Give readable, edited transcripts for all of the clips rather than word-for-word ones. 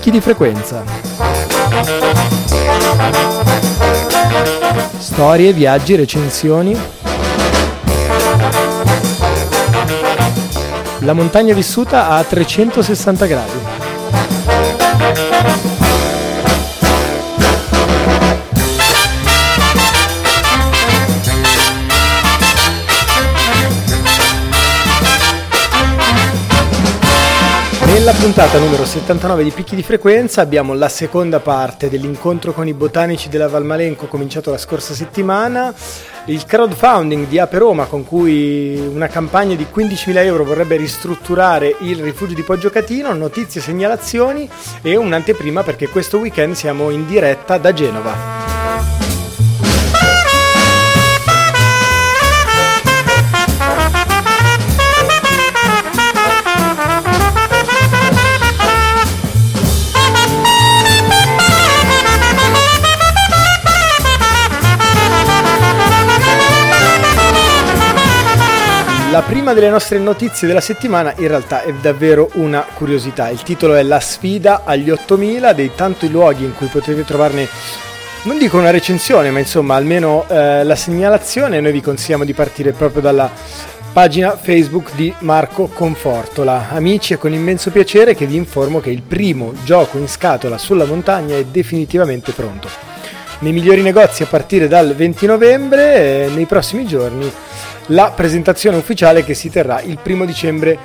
picchi di frequenza. Storie, viaggi, recensioni. La montagna vissuta a 360 gradi. Nella puntata numero 79 di Picchi di Frequenza abbiamo la seconda parte dell'incontro con i botanici della Valmalenco cominciato la scorsa settimana, il crowdfunding di Ape Roma con cui una campagna di 15.000 euro vorrebbe ristrutturare il rifugio di Poggio Catino, notizie, segnalazioni e un'anteprima perché questo weekend siamo in diretta da Genova. La prima delle nostre notizie della settimana in realtà è davvero una curiosità. Il titolo è La sfida agli 8000, dei tanti luoghi in cui potete trovarne, non dico una recensione, ma insomma almeno la segnalazione. Noi vi consigliamo di partire proprio dalla pagina Facebook di Marco Confortola. Amici, è con immenso piacere che vi informo che il primo gioco in scatola sulla montagna è definitivamente pronto. Nei migliori negozi a partire dal 20 novembre, nei prossimi giorni la presentazione ufficiale che si terrà il 1 dicembre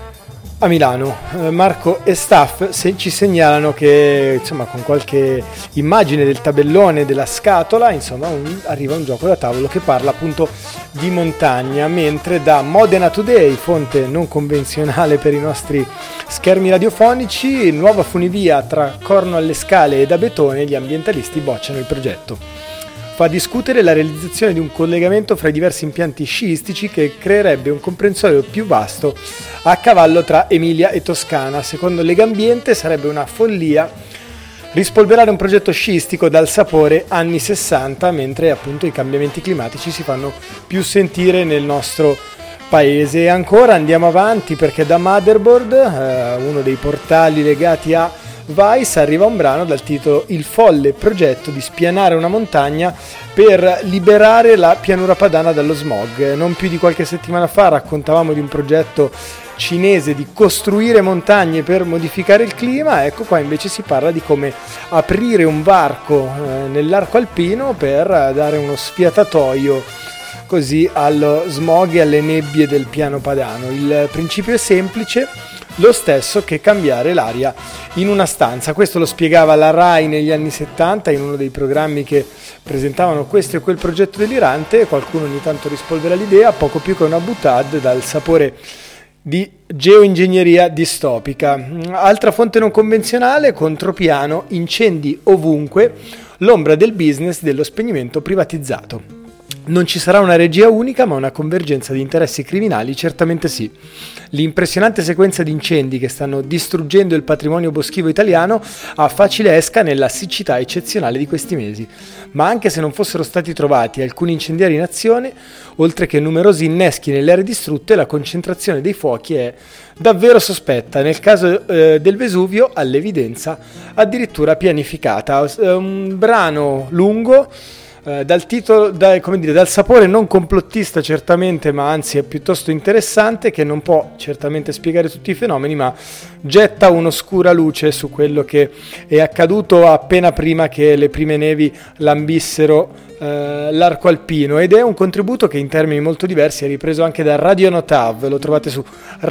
a Milano. Marco e staff ci segnalano che insomma con qualche immagine del tabellone della scatola insomma arriva un gioco da tavolo che parla appunto di montagna, mentre da Modena Today, fonte non convenzionale per i nostri schermi radiofonici, nuova funivia tra Corno alle Scale ed Abetone, gli ambientalisti bocciano il progetto. Fa discutere la realizzazione di un collegamento fra i diversi impianti sciistici che creerebbe un comprensorio più vasto a cavallo tra Emilia e Toscana. Secondo Legambiente sarebbe una follia rispolverare un progetto sciistico dal sapore anni 60, mentre appunto i cambiamenti climatici si fanno più sentire nel nostro paese. E ancora andiamo avanti perché da Motherboard, uno dei portali legati a Vice, arriva un brano dal titolo Il folle progetto di spianare una montagna per liberare la pianura padana dallo smog. Non più di qualche settimana fa raccontavamo di un progetto cinese di costruire montagne per modificare il clima. Ecco qua invece si parla di come aprire un varco nell'arco alpino per dare uno sfiatatoio così allo smog e alle nebbie del piano padano. Il principio è semplice, lo stesso che cambiare l'aria in una stanza. Questo lo spiegava la Rai negli anni 70 in uno dei programmi che presentavano questo e quel progetto delirante. Qualcuno ogni tanto rispolvera l'idea, poco più che una boutade dal sapore di geoingegneria distopica. Altra fonte non convenzionale, contropiano, incendi ovunque, l'ombra del business dello spegnimento privatizzato. Non ci sarà una regia unica, ma una convergenza di interessi criminali certamente sì. L'impressionante sequenza di incendi che stanno distruggendo il patrimonio boschivo italiano ha facile esca nella siccità eccezionale di questi mesi. Ma anche se non fossero stati trovati alcuni incendiari in azione, oltre che numerosi inneschi nelle aree distrutte, la concentrazione dei fuochi è davvero sospetta. Nel caso del Vesuvio, all'evidenza, addirittura pianificata. Un brano lungo, dal titolo, dal sapore non complottista certamente, ma anzi è piuttosto interessante, che non può certamente spiegare tutti i fenomeni, ma getta un'oscura luce su quello che è accaduto appena prima che le prime nevi lambissero l'arco alpino, ed è un contributo che in termini molto diversi è ripreso anche da Radio Notav. Lo trovate su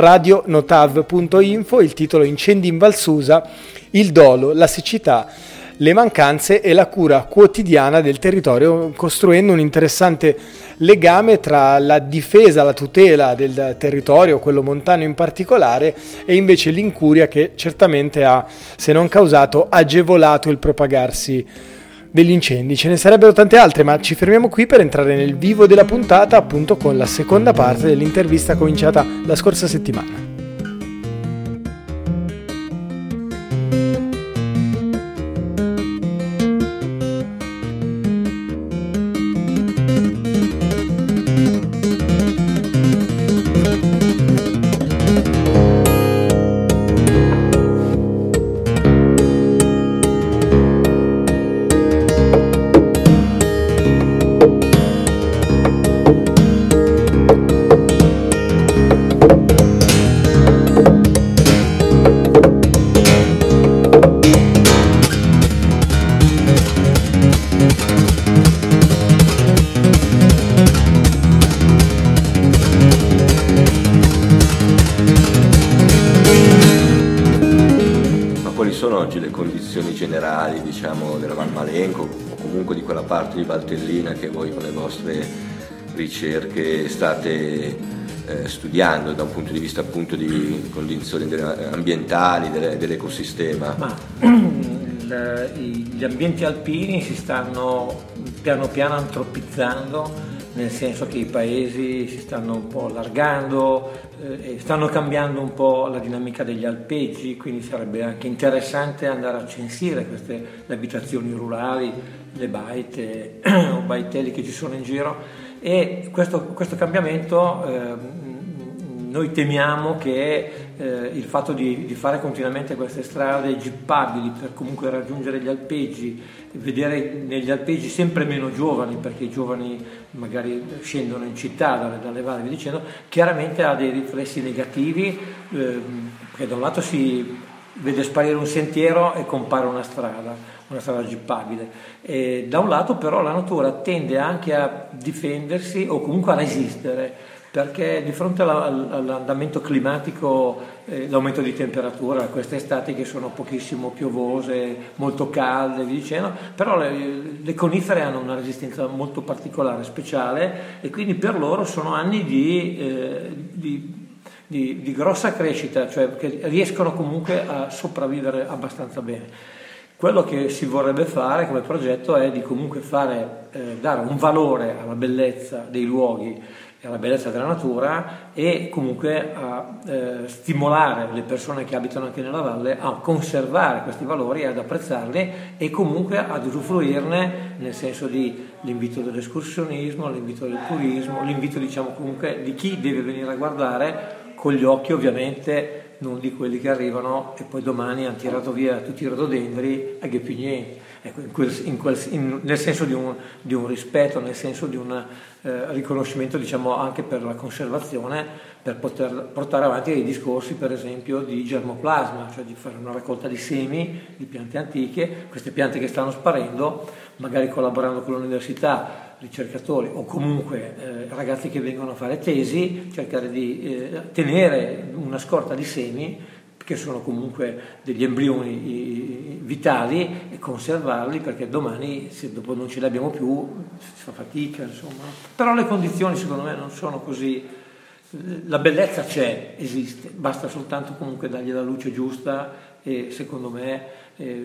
radionotav.info. Il titolo: Incendi in Valsusa, il dolo, la siccità, le mancanze e la cura quotidiana del territorio, costruendo un interessante legame tra la difesa, la tutela del territorio, quello montano in particolare, e invece l'incuria che certamente ha, se non causato, agevolato il propagarsi degli incendi. Ce ne sarebbero tante altre, ma ci fermiamo qui per entrare nel vivo della puntata, appunto con la seconda parte dell'intervista cominciata la scorsa settimana. diciamo della Val Malenco o comunque di quella parte di Valtellina che voi con le vostre ricerche state studiando da un punto di vista appunto di condizioni ambientali dell'ecosistema? Gli ambienti alpini si stanno piano piano antropizzando, nel senso che i paesi si stanno un po' allargando e stanno cambiando un po' la dinamica degli alpeggi, quindi sarebbe anche interessante andare a censire le abitazioni rurali, le baite o baitelli che ci sono in giro, e questo cambiamento noi temiamo che il fatto di fare continuamente queste strade gippabili per comunque raggiungere gli alpeggi, vedere negli alpeggi sempre meno giovani, perché i giovani magari scendono in città dalle valli e via dicendo, chiaramente ha dei riflessi negativi, perché da un lato si vede sparire un sentiero e compare una strada gippabile, e da un lato però la natura tende anche a difendersi o comunque a resistere, perché di fronte all'andamento climatico, l'aumento di temperatura, queste estati che sono pochissimo piovose, molto calde, vi dicendo, però le conifere hanno una resistenza molto particolare, speciale, e quindi per loro sono anni di grossa crescita, cioè che riescono comunque a sopravvivere abbastanza bene. Quello che si vorrebbe fare come progetto è di comunque dare un valore alla bellezza dei luoghi e alla bellezza della natura, e comunque a stimolare le persone che abitano anche nella valle a conservare questi valori, ad apprezzarli e comunque ad usufruirne, nel senso di l'invito dell'escursionismo, l'invito del turismo, l'invito diciamo comunque di chi deve venire a guardare con gli occhi ovviamente non di quelli che arrivano e poi domani hanno tirato via tutti i rododendri e che più niente. Ecco, nel senso di un rispetto, nel senso di un riconoscimento diciamo anche per la conservazione, per poter portare avanti dei discorsi per esempio di germoplasma, cioè di fare una raccolta di semi di piante antiche, queste piante che stanno sparendo, magari collaborando con l'università, ricercatori o comunque ragazzi che vengono a fare tesi, cercare di tenere una scorta di semi che sono comunque degli embrioni vitali e conservarli, perché domani se dopo non ce li abbiamo più si fa fatica, insomma. Però le condizioni secondo me non sono così, la bellezza c'è, esiste, basta soltanto comunque dargli la luce giusta, e secondo me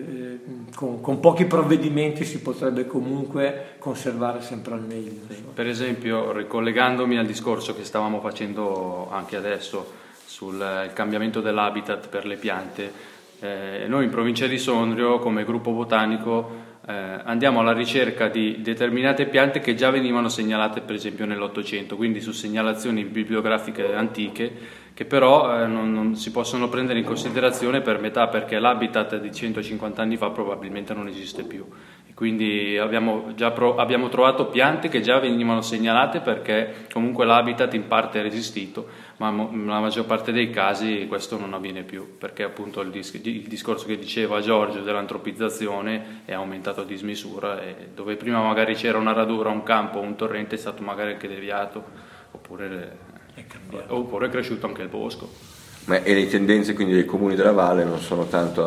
con pochi provvedimenti si potrebbe comunque conservare sempre al meglio. Sì, per esempio, ricollegandomi al discorso che stavamo facendo anche adesso sul cambiamento dell'habitat per le piante, noi in provincia di Sondrio come gruppo botanico andiamo alla ricerca di determinate piante che già venivano segnalate per esempio nell'Ottocento, quindi su segnalazioni bibliografiche antiche che però non si possono prendere in considerazione per metà, perché l'habitat di 150 anni fa probabilmente non esiste più, e quindi abbiamo trovato piante che già venivano segnalate perché comunque l'habitat in parte è resistito, ma nella maggior parte dei casi questo non avviene più, perché appunto il discorso che diceva Giorgio dell'antropizzazione è aumentato a dismisura, e dove prima magari c'era una radura, un campo, un torrente è stato magari anche deviato, oppure è cresciuto anche il bosco. E le tendenze quindi dei comuni della valle non sono tanto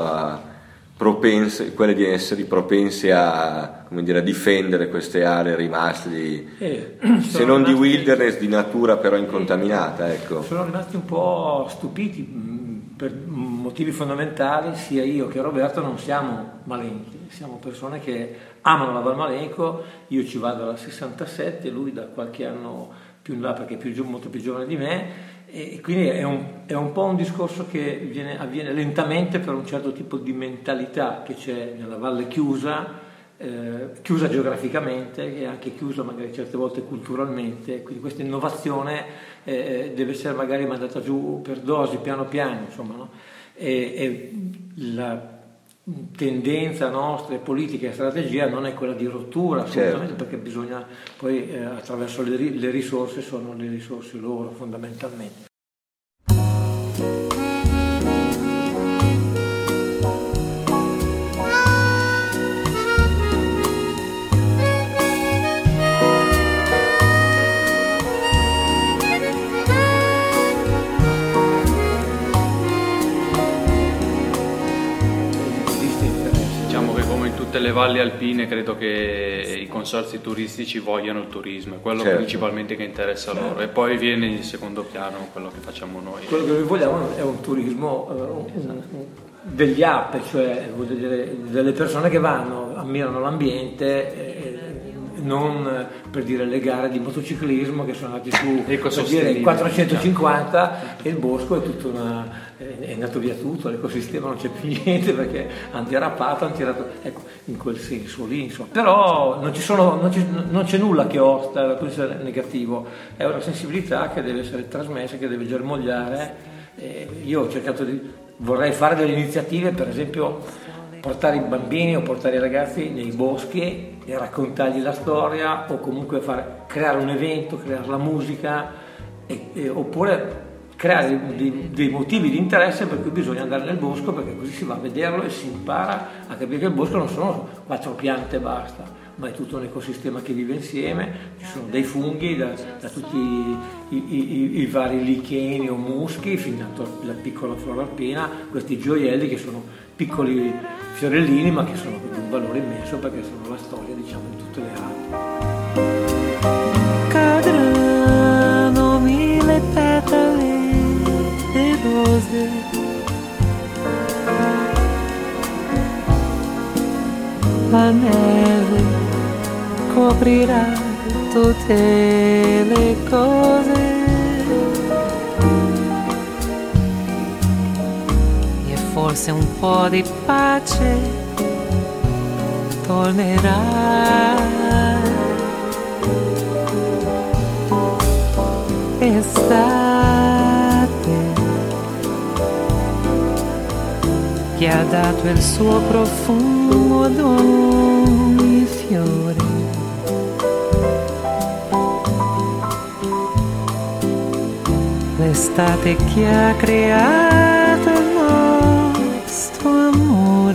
quelle di essere propensi a, come dire, a difendere queste aree rimaste se non di wilderness, di natura però incontaminata, ecco. Sono rimasti un po' stupiti per motivi fondamentali. Sia io che Roberto non siamo malenchi, siamo persone che amano la Val Malenco. Io ci vado dal 67, lui da qualche anno più in là perché è molto più giovane di me, e quindi è un po' un discorso che avviene lentamente per un certo tipo di mentalità che c'è nella valle chiusa geograficamente e anche chiusa magari certe volte culturalmente, quindi questa innovazione deve essere magari mandata giù per dosi, piano piano, insomma, no? E la tendenza nostra, politica e strategia non è quella di rottura assolutamente, certo, perché bisogna poi attraverso le risorse, sono le risorse loro fondamentalmente. Tutte le nelle valli alpine credo che i consorzi turistici vogliano il turismo, è quello principalmente che interessa loro, e poi viene in secondo piano quello che facciamo noi. Quello che noi vogliamo è un turismo degli ape, cioè voglio dire, delle persone che vanno, ammirano l'ambiente, non per dire le gare di motociclismo che sono andati su per dire il 450 e il bosco è tutto è andato via tutto, l'ecosistema non c'è più niente perché hanno derapato, hanno tirato, ecco, in quel senso lì, insomma. Però non c'è nulla che osta dal punto di vista negativo, è una sensibilità che deve essere trasmessa, che deve germogliare. Io ho cercato vorrei fare delle iniziative, per esempio portare i bambini o portare i ragazzi nei boschi e raccontargli la storia, o comunque creare un evento, creare la musica, oppure creare dei motivi di interesse per cui bisogna andare nel bosco, perché così si va a vederlo e si impara a capire che il bosco non sono 4 piante e basta, ma è tutto un ecosistema che vive insieme, ci sono dei funghi da tutti i vari licheni o muschi fino alla piccola flora alpina, questi gioielli che sono piccoli fiorellini ma che sono di un valore immenso perché sono la storia, diciamo, di tutte le altre. Cadranno 1000 petali di rose, la neve coprirà tutte le cose e forse un po' di pace tornerà. Estate che ha dato il suo profumo ad ogni fiore. L'estate che ha creato il nostro amore.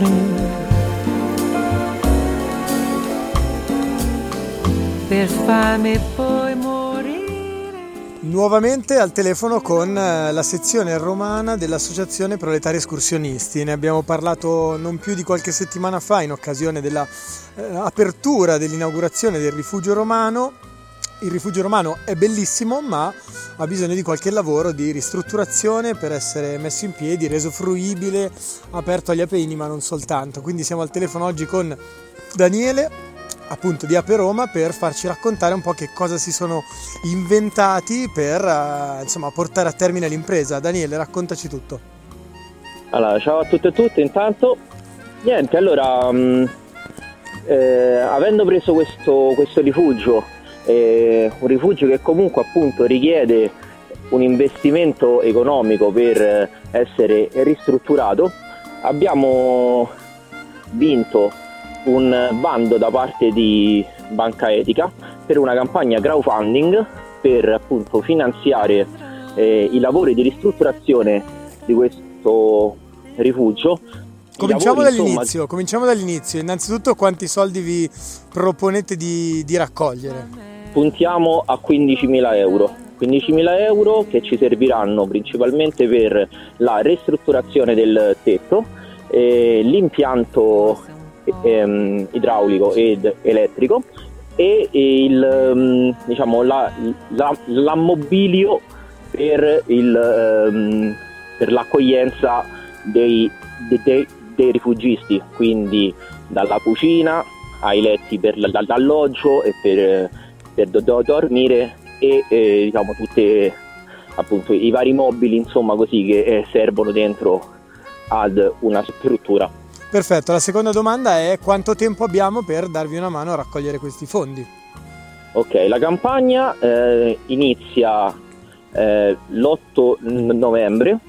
Per farmi poi morire. Nuovamente al telefono con la sezione romana dell'Associazione Proletari Escursionisti. Ne abbiamo parlato non più di qualche settimana fa in occasione della apertura dell'inaugurazione del rifugio romano. Il rifugio romano è bellissimo, ma ha bisogno di qualche lavoro di ristrutturazione per essere messo in piedi, reso fruibile, aperto agli Appennini, ma non soltanto. Quindi siamo al telefono oggi con Daniele, appunto di Ape Roma, per farci raccontare un po' che cosa si sono inventati per insomma portare a termine l'impresa. Daniele, raccontaci tutto. Allora, ciao a tutte e tutti. Intanto niente, allora avendo preso questo rifugio, un rifugio che comunque appunto richiede un investimento economico per essere ristrutturato, abbiamo vinto un bando da parte di Banca Etica per una campagna crowdfunding per appunto finanziare i lavori di ristrutturazione di questo rifugio. Cominciamo dall'inizio. Innanzitutto, quanti soldi vi proponete di raccogliere? Puntiamo a 15.000 euro. 15.000 euro che ci serviranno principalmente per la ristrutturazione del tetto, l'impianto idraulico ed elettrico e l'ammobilio per l'accoglienza dei rifugisti, quindi dalla cucina ai letti per l'alloggio e per dormire e diciamo tutte appunto i vari mobili, insomma, così che servono dentro ad una struttura. Perfetto, la seconda domanda è: quanto tempo abbiamo per darvi una mano a raccogliere questi fondi? Ok, la campagna inizia l'8 novembre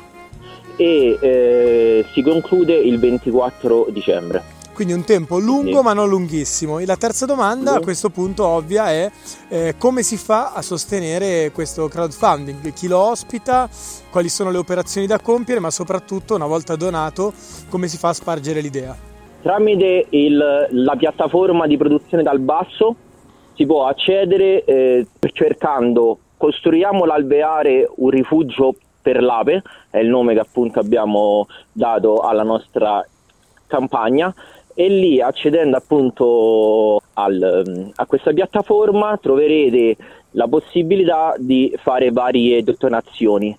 e si conclude il 24 dicembre. Quindi un tempo lungo ma non lunghissimo. E la terza domanda a questo punto ovvia è come si fa a sostenere questo crowdfunding? Chi lo ospita? Quali sono le operazioni da compiere? Ma soprattutto, una volta donato, come si fa a spargere l'idea? Tramite la piattaforma di produzione dal basso si può accedere cercando Costruiamo l'alveare un rifugio per l'ape, è il nome che appunto abbiamo dato alla nostra campagna. e lì, accedendo appunto a questa piattaforma, troverete la possibilità di fare varie donazioni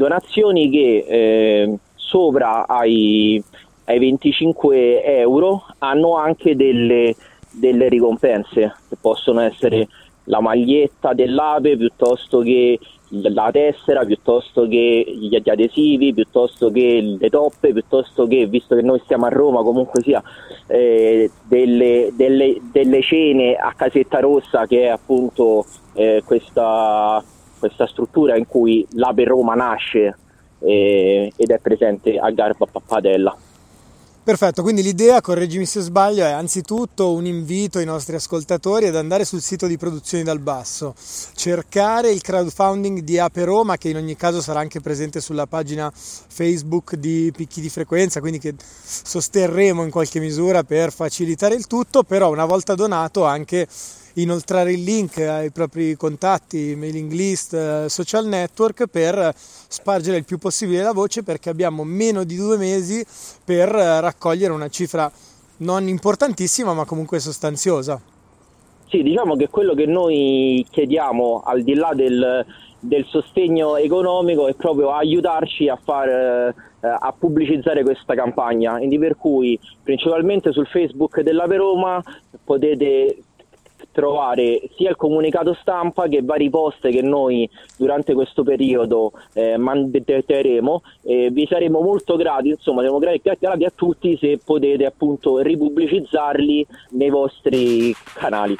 che sopra ai 25 euro hanno anche delle ricompense, che possono essere la maglietta dell'Ape, piuttosto che la tessera, piuttosto che gli adesivi, piuttosto che le toppe, piuttosto che, visto che noi stiamo a Roma, comunque sia delle cene a Casetta Rossa, che è appunto questa struttura in cui l'Ape Roma nasce ed è presente a Garba Padella. Perfetto, quindi l'idea, correggimi se sbaglio, è anzitutto un invito ai nostri ascoltatori ad andare sul sito di Produzioni dal Basso, cercare il crowdfunding di Ape Roma, che in ogni caso sarà anche presente sulla pagina Facebook di Picchi di Frequenza, quindi che sosterremo in qualche misura per facilitare il tutto, però una volta donato anche inoltrare il link ai propri contatti, mailing list, social network, per spargere il più possibile la voce, perché abbiamo meno di 2 mesi per raccogliere una cifra non importantissima ma comunque sostanziosa. Sì, diciamo che quello che noi chiediamo, al di là del sostegno economico, è proprio aiutarci a pubblicizzare questa campagna, quindi per cui principalmente sul Facebook dell'Ape Roma potete trovare sia il comunicato stampa che vari post che noi durante questo periodo manderemo. Vi saremo molto grati, insomma siamo grati a tutti se potete appunto ripubblicizzarli nei vostri canali.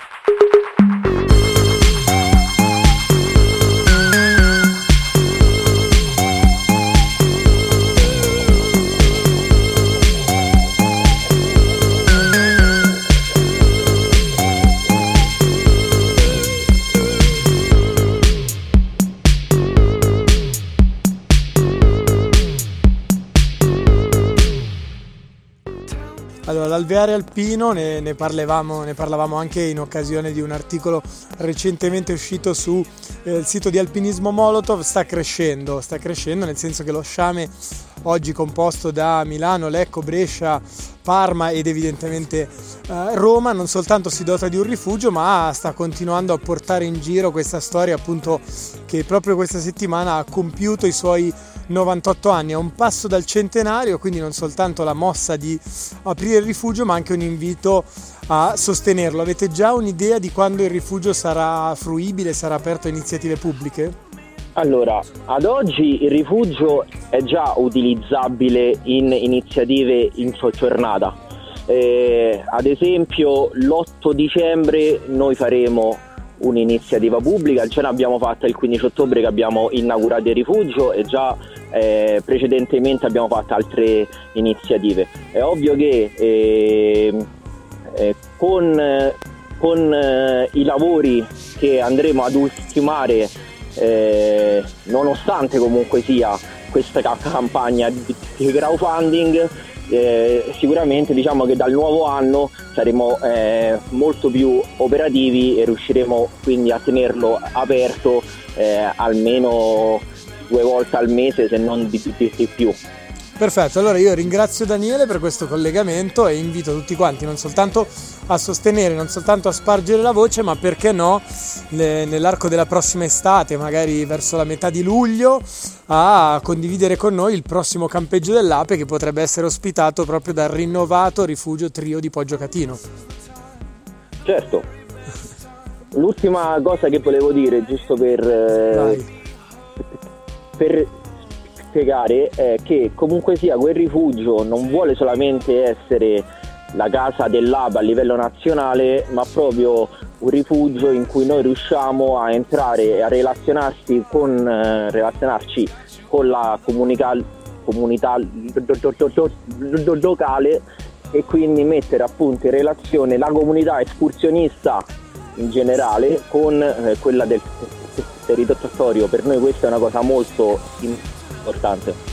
Allora, l'alveare alpino ne parlavamo anche in occasione di un articolo recentemente uscito su il sito di Alpinismo Molotov. Sta crescendo nel senso che lo sciame, oggi composto da Milano, Lecco, Brescia, Parma ed evidentemente Roma, non soltanto si dota di un rifugio, ma sta continuando a portare in giro questa storia, appunto, che proprio questa settimana ha compiuto i suoi 98 anni, a un passo dal centenario, quindi non soltanto la mossa di aprire il rifugio, ma anche un invito a sostenerlo. Avete già un'idea di quando il rifugio sarà fruibile, sarà aperto a iniziative pubbliche? Allora, ad oggi il rifugio è già utilizzabile in iniziative in giornata. Ad esempio l'8 dicembre noi faremo un'iniziativa pubblica, già ne abbiamo fatta il 15 ottobre che abbiamo inaugurato il rifugio, e già precedentemente abbiamo fatto altre iniziative. È ovvio che con i lavori che andremo ad ultimare, nonostante comunque sia questa campagna di crowdfunding, sicuramente diciamo che dal nuovo anno saremo molto più operativi e riusciremo quindi a tenerlo aperto almeno 2 volte al mese, se non di più. Perfetto, allora io ringrazio Daniele per questo collegamento e invito tutti quanti non soltanto a sostenere, non soltanto a spargere la voce, ma perché no, nell'arco della prossima estate, magari verso la metà di luglio, a condividere con noi il prossimo campeggio dell'Ape, che potrebbe essere ospitato proprio dal rinnovato rifugio Trio di Poggio Catino. Certo. L'ultima cosa che volevo dire, giusto per spiegare, è che comunque sia quel rifugio non vuole solamente essere la casa dell'Ape a livello nazionale, ma proprio un rifugio in cui noi riusciamo a entrare e a relazionarci con la comunità locale, e quindi mettere appunto in relazione la comunità escursionista in generale con quella del territorio. Per noi questa è una cosa molto importante.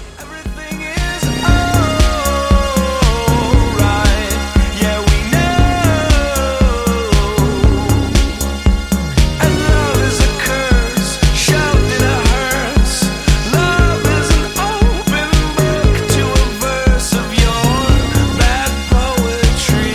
Poetry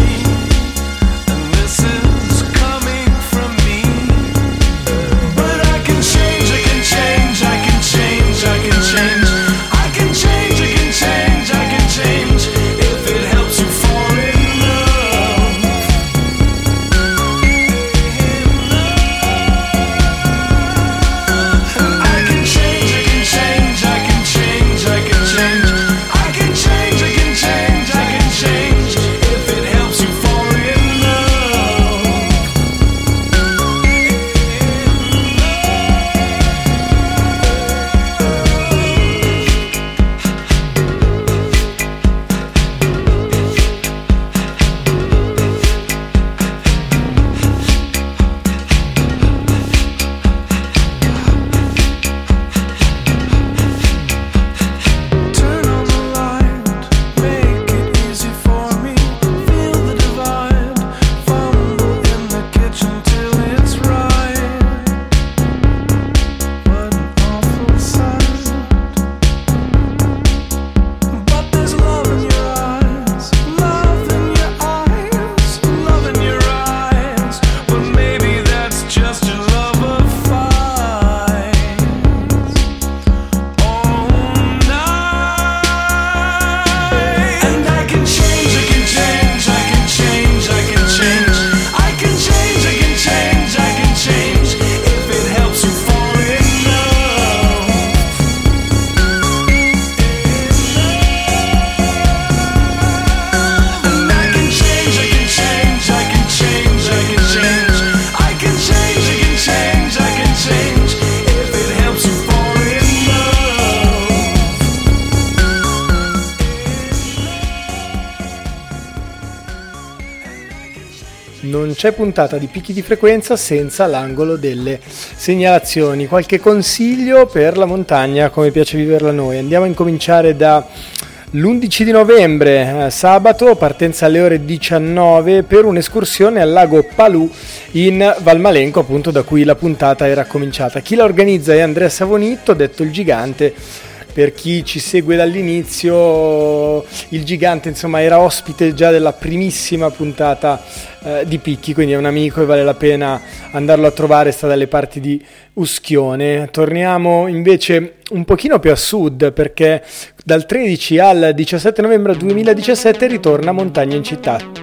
non c'è puntata di Picchi di Frequenza senza l'angolo delle segnalazioni. Qualche consiglio per la montagna, come piace viverla a noi. Andiamo a incominciare da l'11 di novembre, sabato, partenza alle ore 19 per un'escursione al lago Palù in Valmalenco, appunto da cui la puntata era cominciata. Chi la organizza è Andrea Savonitto, detto il Gigante. Per chi ci segue dall'inizio, il Gigante insomma era ospite già della primissima puntata di Picchi, quindi è un amico e vale la pena andarlo a trovare, sta dalle parti di Uschione. Torniamo invece un pochino più a sud, perché dal 13 al 17 novembre 2017 ritorna Montagna in città.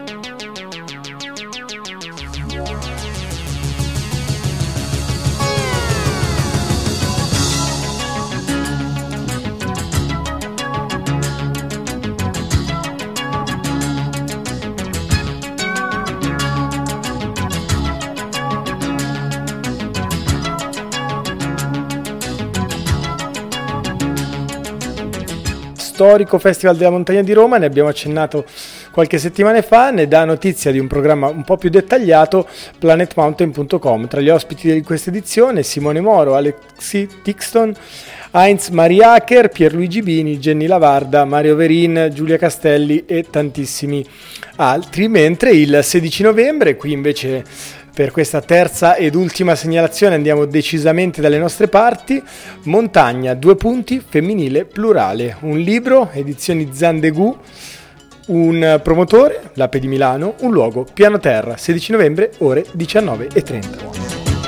Storico Festival della Montagna di Roma, ne abbiamo accennato qualche settimana fa, ne dà notizia di un programma un po' più dettagliato planetmountain.com. Tra gli ospiti di questa edizione Simone Moro, Alexi Tixton, Heinz Mariacher, Pierluigi Bini, Jenny Lavarda, Mario Verin, Giulia Castelli e tantissimi altri, mentre il 16 novembre, qui invece per questa terza ed ultima segnalazione andiamo decisamente dalle nostre parti, Montagna, femminile plurale, un libro, edizioni Zandegù, un promotore, l'Ape di Milano, un luogo, piano terra, 16 novembre, ore 19:30.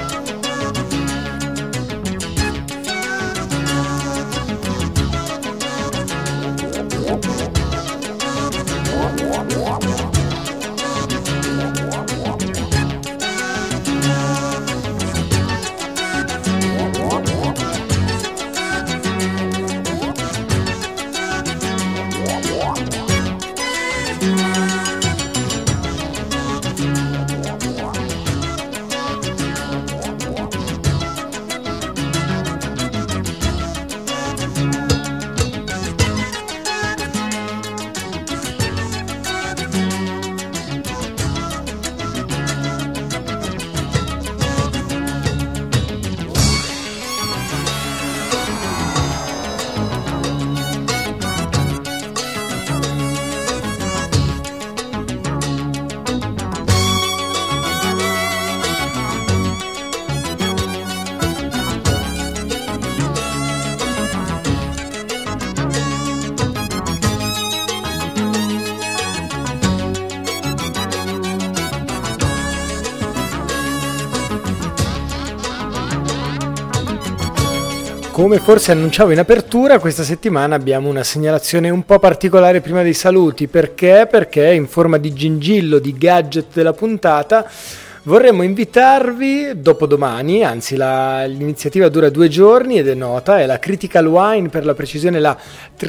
Come forse annunciavo in apertura, questa settimana abbiamo una segnalazione un po' particolare prima dei saluti. Perché? Perché in forma di gingillo, di gadget della puntata, vorremmo invitarvi dopodomani, anzi l'iniziativa dura 2 giorni ed è nota, è la Critical Wine, per la precisione la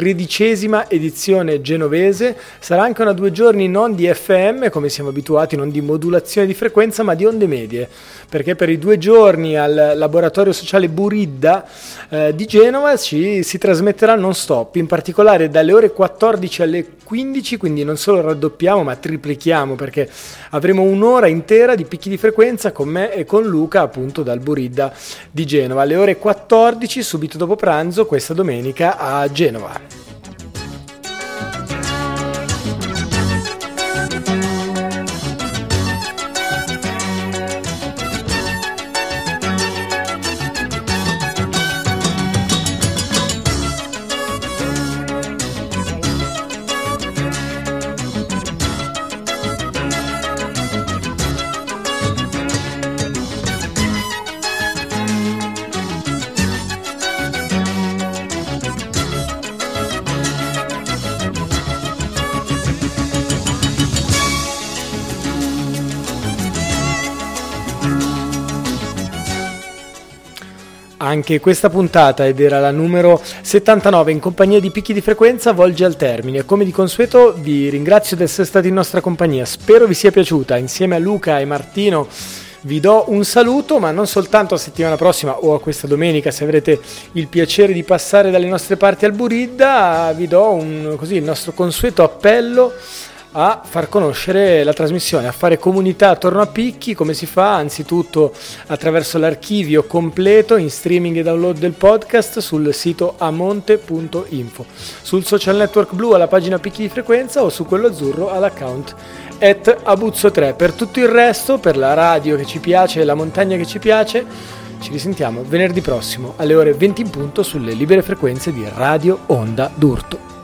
13ª edizione genovese. Sarà anche una 2 giorni non di FM come siamo abituati, non di modulazione di frequenza ma di onde medie, perché per i 2 giorni al laboratorio sociale Buridda di Genova si trasmetterà non stop, in particolare dalle ore 14 alle 15, quindi non solo raddoppiamo ma triplichiamo, perché avremo un'ora intera di picchi di frequenza con me e con Luca, appunto dal Buridda di Genova, alle ore 14 subito dopo pranzo questa domenica a Genova. Anche questa puntata, ed era la numero 79 in compagnia di Picchi di Frequenza, volge al termine. Come di consueto vi ringrazio di essere stati in nostra compagnia, spero vi sia piaciuta. Insieme a Luca e Martino vi do un saluto, ma non soltanto a settimana prossima o a questa domenica, se avrete il piacere di passare dalle nostre parti al Buridda, vi do il nostro consueto appello a far conoscere la trasmissione, a fare comunità attorno a Picchi. Come si fa? Anzitutto attraverso l'archivio completo in streaming e download del podcast sul sito amonte.info, sul social network blu alla pagina Picchi di Frequenza o su quello azzurro all'account @Abuzzo3. Per tutto il resto, per la radio che ci piace e la montagna che ci piace, ci risentiamo venerdì prossimo alle ore 20 in punto sulle libere frequenze di Radio Onda d'Urto.